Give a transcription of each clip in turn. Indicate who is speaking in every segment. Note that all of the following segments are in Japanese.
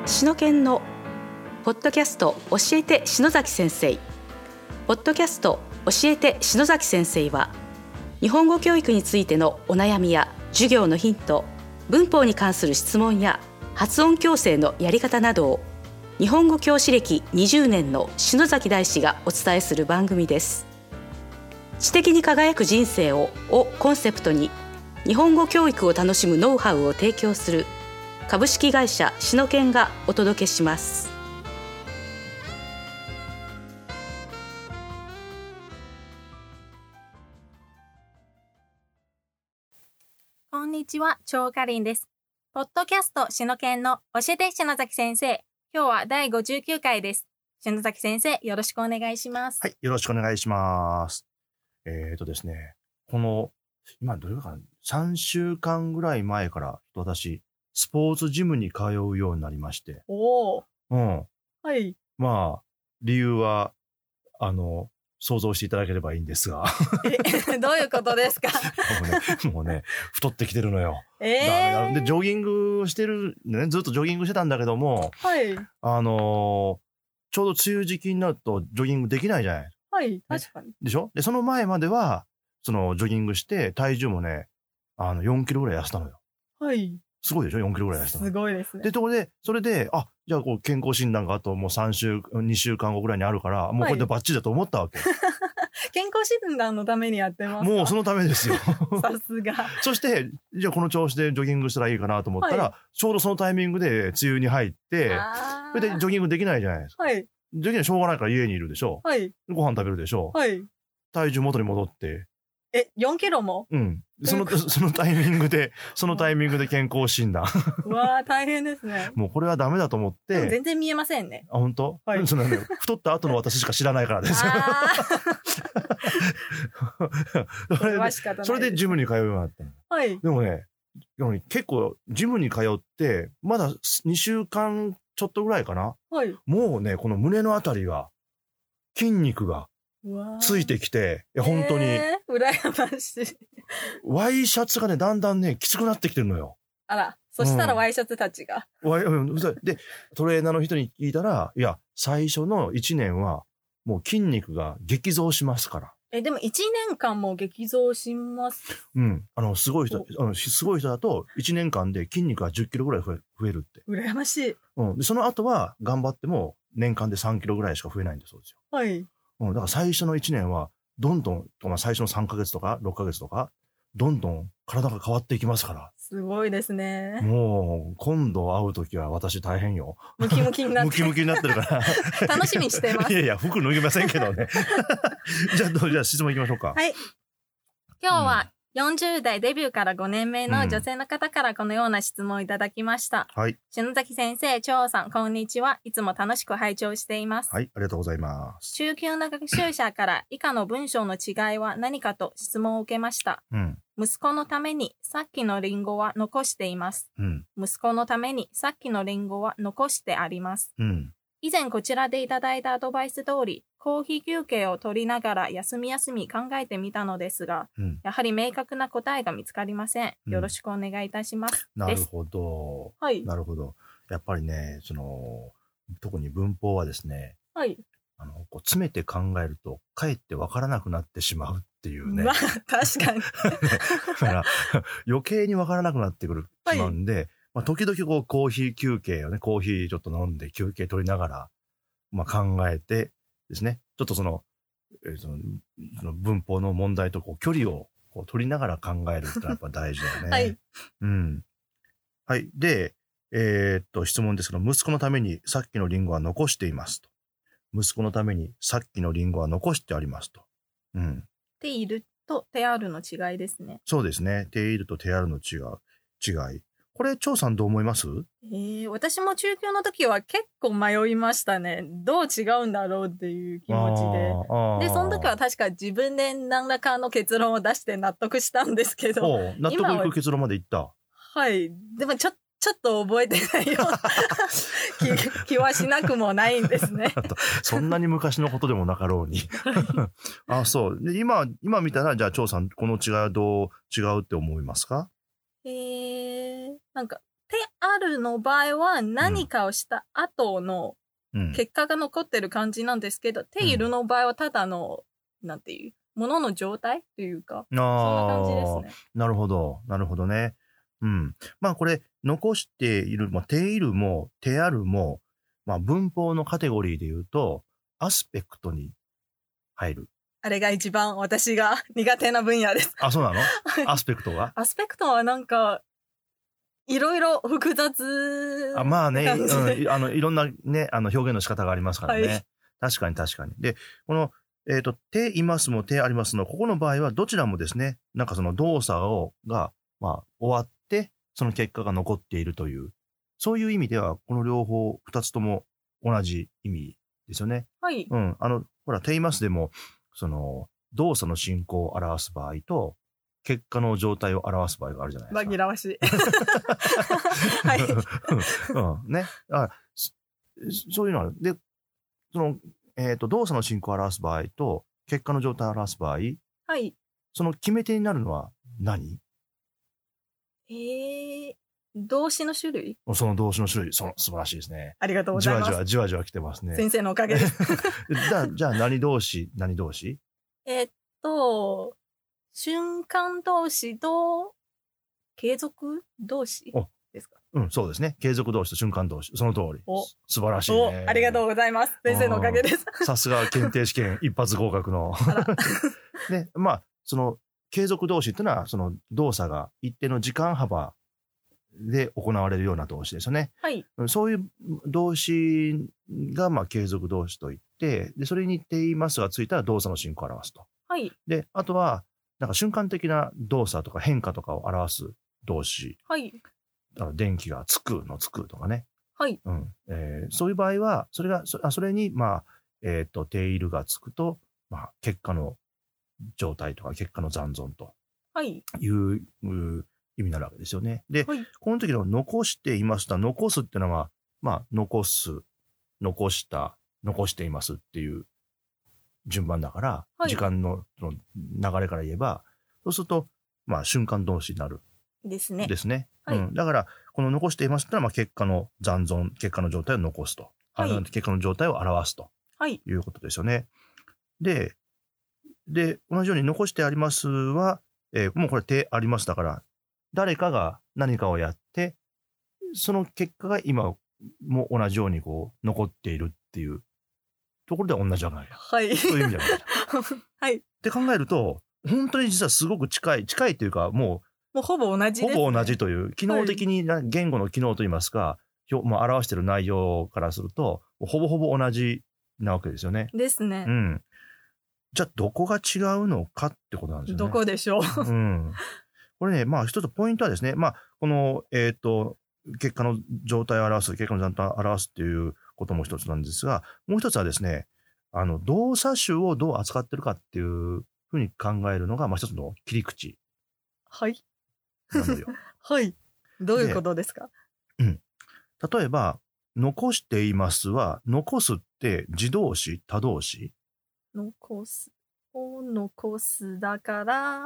Speaker 1: 篠研のポッドキャスト教えて篠崎先生。ポッドキャスト教えて篠崎先生は、日本語教育についてのお悩みや授業のヒント、文法に関する質問や発音矯正のやり方などを、日本語教師歴20年の篠崎大師がお伝えする番組です。知的に輝く人生をコンセプトに、日本語教育を楽しむノウハウを提供する株式会社篠研がお届けします。
Speaker 2: こんにちは、張かりんです。ポッドキャスト篠研の教えて篠崎先生。今日は第59回です。篠崎先生、よろしくお願いします。
Speaker 3: はい、よろしくお願いします。ですね、この、今どれかな、3週間ぐらい前から私、スポーツジムに通うようになりまして。
Speaker 2: おー。
Speaker 3: うん。
Speaker 2: はい。
Speaker 3: まあ、理由は、想像していただければいいんですが。
Speaker 2: どういうことですか？
Speaker 3: もうね、太ってきてるのよ。で、ジョギングしてる、ね、ずっとジョギングしてたんだけども、
Speaker 2: はい。
Speaker 3: ちょうど梅雨時期になるとジョギングできないじゃない。
Speaker 2: はい、確かに。
Speaker 3: でしょ？で、その前までは、ジョギングして、体重もね、4キロぐらい痩せたのよ。
Speaker 2: はい。
Speaker 3: すごいでしょ？ 4 キロぐらい痩せたの。
Speaker 2: すごいですね。
Speaker 3: で、ところで、それで、じゃあ健康診断があともう2週間後ぐらいにあるから、もうこれでバッチリだと思ったわけ。
Speaker 2: 健康診断のためにやってますか？
Speaker 3: もうそのためですよ。
Speaker 2: さすが。
Speaker 3: そして、じゃあこの調子でジョギングしたらいいかなと思ったら、ちょうどそのタイミングで梅雨に入って、それでジョギングできないじゃないですか。
Speaker 2: はい。
Speaker 3: できないしょうがないから家にいるでしょ。
Speaker 2: はい。
Speaker 3: ご飯食べるでしょ。
Speaker 2: はい。
Speaker 3: 体重元に戻って。
Speaker 2: 4キロも？
Speaker 3: うん。そのタイミングで健康診断。
Speaker 2: うわー、大変ですね。
Speaker 3: もうこれはダメだと思って。
Speaker 2: でも全然見えませんね。
Speaker 3: 本当？はい。太った後の私しか知らないからです。それでジムに通うようになったの。はい。でもね、結構ジムに通って、まだ2週間ちょっとぐらいかな。はい。もうね、この胸のあたりが、筋肉がついてきて、本当に。
Speaker 2: 羨ましい。
Speaker 3: ワイシャツがね、だんだんね、きつくなってきてるのよ。
Speaker 2: あら、そしたらワイシャツたちが。
Speaker 3: で、トレーナーの人に聞いたら、いや、最初の1年は、もう筋肉が激増しますから。
Speaker 2: でも1年間も激増します？
Speaker 3: うん。すごい人だと、1年間で筋肉が10キロぐらい増えるって。
Speaker 2: 羨ましい。
Speaker 3: うん。で、その後は、頑張っても、年間で3キロぐらいしか増えないんだそうですよ。
Speaker 2: はい。
Speaker 3: だから最初の1年は、どんどん、最初の3ヶ月とか6ヶ月とか、どんどん体が変わっていきますから。
Speaker 2: すごいですね。
Speaker 3: もう、今度会うときは私大変よ。
Speaker 2: ムキムキになって。
Speaker 3: ムキムキになってるから。
Speaker 2: 楽しみにしてます。
Speaker 3: いや、服脱ぎませんけどね。じゃあ質問いきましょうか。
Speaker 2: はい。今日は40代デビューから5年目の女性の方からこのような質問をいただきました。はい。篠崎先生、張さん、こんにちは。いつも楽しく拝聴しています。
Speaker 3: はい、ありがとうございます。
Speaker 2: 中級の学習者から以下の文章の違いは何かと質問を受けました。うん。息子のためにさっきのリンゴは残しています。うん。息子のためにさっきのリンゴは残してあります。うん。以前こちらでいただいたアドバイス通り、コーヒー休憩を取りながら休み考えてみたのですが、やはり明確な答えが見つかりません。よろしくお願いいたします。
Speaker 3: なるほど。はい。なるほど。やっぱりね、特に文法はですね、はい。詰めて考えると、かえってわからなくなってしまうっていうね。
Speaker 2: まあ、確かに。
Speaker 3: だから、余計にわからなくなってくるしまうんで、時々コーヒー休憩をね、コーヒーちょっと飲んで休憩取りながら、考えてですね、ちょっとその文法の問題と距離を取りながら考えるってやっぱ大事だよね。はい。うん。はい。で、質問ですけど、息子のためにさっきのリンゴは残していますと。息子のためにさっきのリンゴは残してありますと。うん。
Speaker 2: ているとてあるの違いですね。
Speaker 3: そうですね。ているとてあるの違い。これ、張さんどう思います？
Speaker 2: 私も中級の時は結構迷いましたね。どう違うんだろうっていう気持ちで。で、その時は確か自分で何らかの結論を出して納得したんですけど。
Speaker 3: 納得いく結論までいった。
Speaker 2: はい。でもちょっと覚えてないような気はしなくもないんですね。
Speaker 3: そんなに昔のことでもなかろうに。そう。で、今見たら、じゃあ、張さん、この違いはどう違うって思いますか？
Speaker 2: なんか、てあるの場合は何かをした後の結果が残ってる感じなんですけど、ているの場合はただの、なんていう、ものの状態というか、そんな感じですね。
Speaker 3: なるほど。なるほどね。うん。まあこれ、残している、ているも、てあるも、文法のカテゴリーで言うと、アスペクトに入る。
Speaker 2: あれが一番私が苦手な分野です。
Speaker 3: あ、そうなの？アスペクトは？
Speaker 2: アスペクトはなんか、いろいろ複雑。
Speaker 3: まあね、いろんなね、表現の仕方がありますからね。はい、確かに確かに。で、この、ていますもてありますの、ここの場合はどちらもですね、なんかその動作が、終わって、その結果が残っているという、そういう意味では、この両方、二つとも同じ意味ですよね。
Speaker 2: はい。
Speaker 3: うん。ほら、ていますでも、その、動作の進行を表す場合と、結果の状態を表す場合があるじゃないですか。
Speaker 2: 紛らわしい。はい。
Speaker 3: うん。ね。そういうのは、で、その、動作の進行を表す場合と、結果の状態を表す場合、
Speaker 2: はい。
Speaker 3: その決め手になるのは何？
Speaker 2: 動詞の種類？
Speaker 3: その動詞の種類、素晴らしいですね。
Speaker 2: ありがとうございます。
Speaker 3: じわじわ来てますね。
Speaker 2: 先生のおかげです。
Speaker 3: じゃあ何動詞？
Speaker 2: 瞬間動詞と継続動詞ですか？
Speaker 3: うん、そうですね。継続動詞と瞬間動詞。その通り。素晴らしいね。
Speaker 2: ありがとうございます。先生のおかげです。
Speaker 3: さすが検定試験一発合格の。ね、その継続動詞っていうのは、その動作が一定の時間幅で行われるような動詞ですよね。
Speaker 2: はい。
Speaker 3: そういう動詞が、継続動詞といって、で、それにていますがついたら動作の進行を表すと。
Speaker 2: はい。
Speaker 3: で、あとは、なんか瞬間的な動作とか変化とかを表す動詞。
Speaker 2: はい。
Speaker 3: 電気がつくのつくとかね。
Speaker 2: はい。
Speaker 3: うん。そういう場合は、それに、ているがつくと、結果の状態とか結果の残存と。
Speaker 2: はい。
Speaker 3: いう意味になるわけですよね。で、はい、この時の残していますと、残すっていうのは、残す、残した、残していますっていう順番だから、はい、時間の流れから言えば、そうすると、瞬間動詞になる。
Speaker 2: ですね。
Speaker 3: ですね。
Speaker 2: はい。
Speaker 3: だから、この残していますってのは、結果の残存、結果の状態を残すと。はい。結果の状態を表すと。はい。いうことですよね。で、同じように残してありますは、もうこれてありますだから、誰かが何かをやって、その結果が今も同じように残っているっていうところでは同じじゃない。
Speaker 2: はい。
Speaker 3: そういう意味じゃない。
Speaker 2: はい。
Speaker 3: って考えると、本当に実はすごく近いというか、も
Speaker 2: うほぼ同じですね。
Speaker 3: ほぼ同じという、機能的に言語の機能といいますか、表している内容からすると、ほぼほぼ同じなわけですよね。
Speaker 2: ですね。
Speaker 3: うん。じゃあ、どこが違うのかってことなんですよね。
Speaker 2: どこでしょう。
Speaker 3: うん。これね、一つポイントはですね、この、結果の状態を表す、結果の状態を表すっていうことも一つなんですが、もう一つはですね、動作種をどう扱ってるかっていうふうに考えるのが、一つの切り口。
Speaker 2: はい。
Speaker 3: なのよ。
Speaker 2: はい。どういうことですか？
Speaker 3: うん。例えば、残していますは、残すって自動詞、他動詞？
Speaker 2: 残すだから、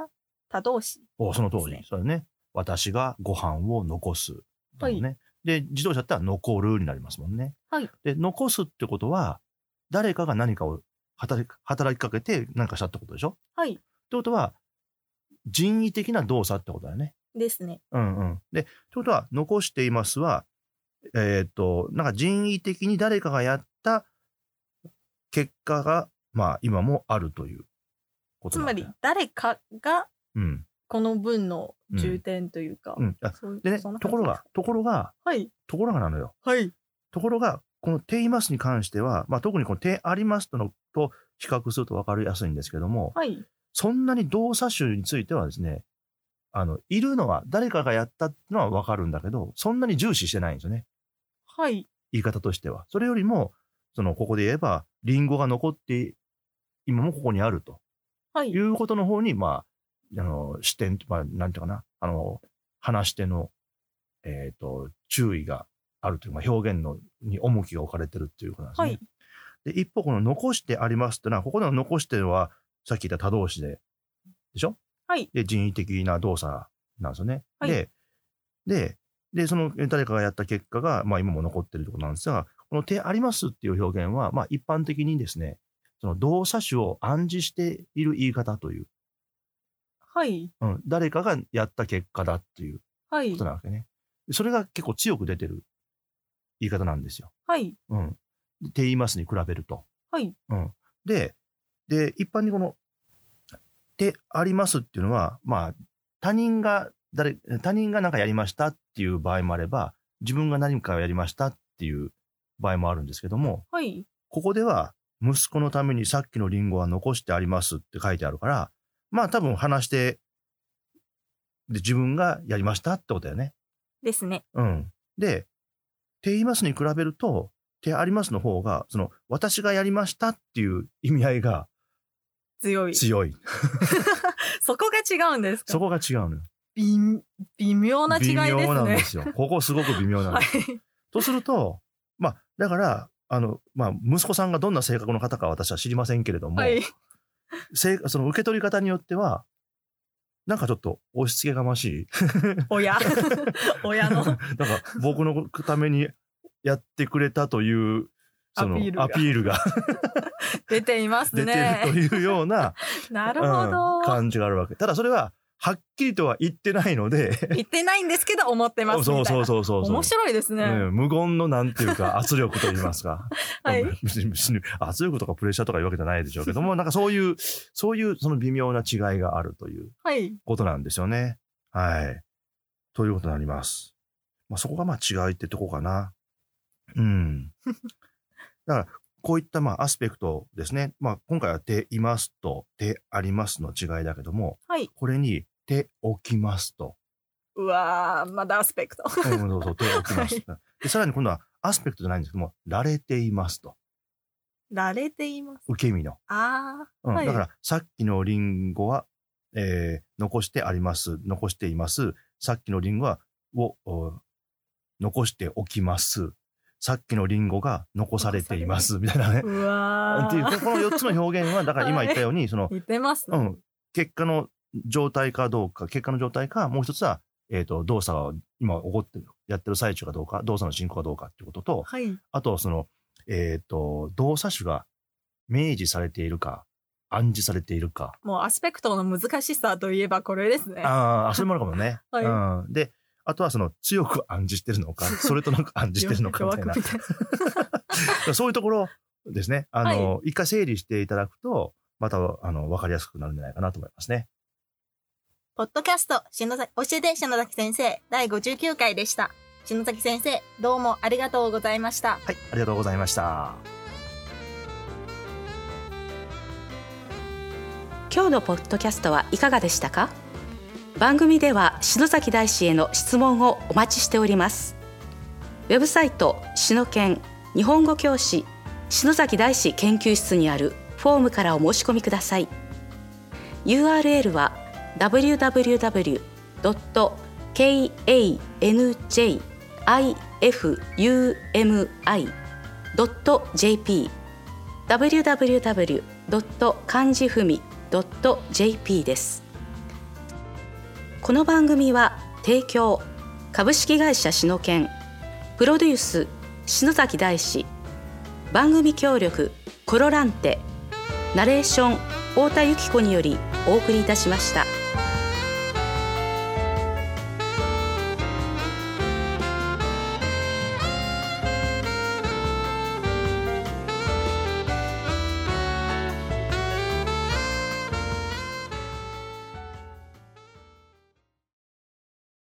Speaker 2: 他動詞。
Speaker 3: その通り。そうだね。私がご飯を残す。はい。で、自動詞だったら残るになりますもんね。
Speaker 2: はい。
Speaker 3: で、残すってことは、誰かが何かを働きかけて何かしたってことでしょ？
Speaker 2: はい。って
Speaker 3: ことは、人為的な動作ってことだよね。
Speaker 2: ですね。
Speaker 3: うんうん。で、ってことは、残していますは、なんか人為的に誰かがやった結果が、今もあるということなんだよ。
Speaker 2: つまり、誰かが、この文の重点というか。
Speaker 3: でね、ところが、
Speaker 2: はい。
Speaker 3: ところがなのよ。
Speaker 2: はい。
Speaker 3: ところが、このていますに関しては、特にこのてありますと比較すると分かりやすいんですけども、
Speaker 2: はい。
Speaker 3: そんなに動作種についてはですね、いるのは、誰かがやったのは分かるんだけど、そんなに重視してないんですよね。
Speaker 2: はい。
Speaker 3: 言い方としては。それよりも、ここで言えば、リンゴが残って、今もここにあると。
Speaker 2: はい。
Speaker 3: いうことの方に、視点、なんていうかな、話し手の、注意があるというか、表現に重きが置かれてるっていうことなんですね。はい。で、一方、この残してありますっていうのは、ここでの残しては、さっき言った他動詞でしょ？
Speaker 2: はい。
Speaker 3: で、人為的な動作なんですよね。はい。で、 で、その誰かがやった結果が、今も残ってるところなんですが、この手ありますっていう表現は、一般的にですね、その動作種を暗示している言い方という。
Speaker 2: はい。
Speaker 3: 誰かがやった結果だっていうことなわけね。それが結構強く出てる言い方なんですよ。
Speaker 2: はい。
Speaker 3: 手言いますに比べると。
Speaker 2: はい。
Speaker 3: で、一般にこの手ありますっていうのは、他人が何かやりましたっていう場合もあれば、自分が何かをやりましたっていう場合もあるんですけども、
Speaker 2: はい。
Speaker 3: ここでは、息子のためにさっきのリンゴは残してありますって書いてあるから、多分話して、で、自分がやりましたってことだよね。
Speaker 2: ですね。
Speaker 3: で、手言いますに比べると、手ありますの方が、私がやりましたっていう意味合いが強い。
Speaker 2: そこが違うんですか？
Speaker 3: そこが違うのよ。
Speaker 2: 微妙な違いですね。
Speaker 3: 微妙なんですよ。ここすごく微妙なんです。とすると、だから、息子さんがどんな性格の方か私は知りませんけれども、その受け取り方によっては、なんかちょっと押し付けがましい。
Speaker 2: 親の。
Speaker 3: なんか僕のためにやってくれたという、そのアピールが
Speaker 2: 出ていますね。
Speaker 3: 出てるというような
Speaker 2: なるほど、
Speaker 3: 感じがあるわけ。ただそれは、はっきりとは言ってないので
Speaker 2: 言ってないんですけど思ってますみたいな。
Speaker 3: そう
Speaker 2: 面白いですね。
Speaker 3: 無言のなんていうか圧力と言いますか。別に圧力とかプレッシャーとかいうわけじゃないでしょうけども、なんかそういうその微妙な違いがあるということなんですよね。はい。ということになります。そこが違いってとこかな。だから、こういったアスペクトですね。今回は手いますと手ありますの違いだけども、これに手置きますと。
Speaker 2: うわー、まだアスペクト。
Speaker 3: そう、手置きます。で、さらに今度はアスペクトじゃないんですけども、られていますと。
Speaker 2: られています。
Speaker 3: 受け身の。だから、さっきのリンゴは、残してあります。残しています。さっきのリンゴを残しておきます。さっきのリンゴが残されています。みたいなね。
Speaker 2: うわー。
Speaker 3: っていう、この4つの表現は、だから今言ったように、
Speaker 2: 言ってますね。
Speaker 3: 結果の状態かどうか、もう一つは、動作が今起こってる、やってる最中かどうか、動作の進行かどうかっていうことと、あと、動作種が明示されているか、暗示されているか。
Speaker 2: もうアスペクトの難しさといえばこれですね。
Speaker 3: それもあるかもね。で、あとは強く暗示してるのか、それとなく暗示してるのかみたいな。そういうところですね。一回整理していただくと、また、わかりやすくなるんじゃないかなと思いますね。
Speaker 2: ポッドキャスト、教えて篠崎先生、第59回でした。篠崎先生、どうもありがとうございました。
Speaker 3: はい、ありがとうございました。
Speaker 1: 今日のポッドキャストはいかがでしたか？番組では篠崎大師への質問をお待ちしております。ウェブサイト篠研日本語教師篠崎大師研究室にあるフォームからお申し込みください。 URL は www.kanjifumi.jp www.kanjifumi.jp です。この番組は提供株式会社篠研、プロデュース篠崎大師、番組協力コロランテ、ナレーション太田由紀子によりお送りいたしました。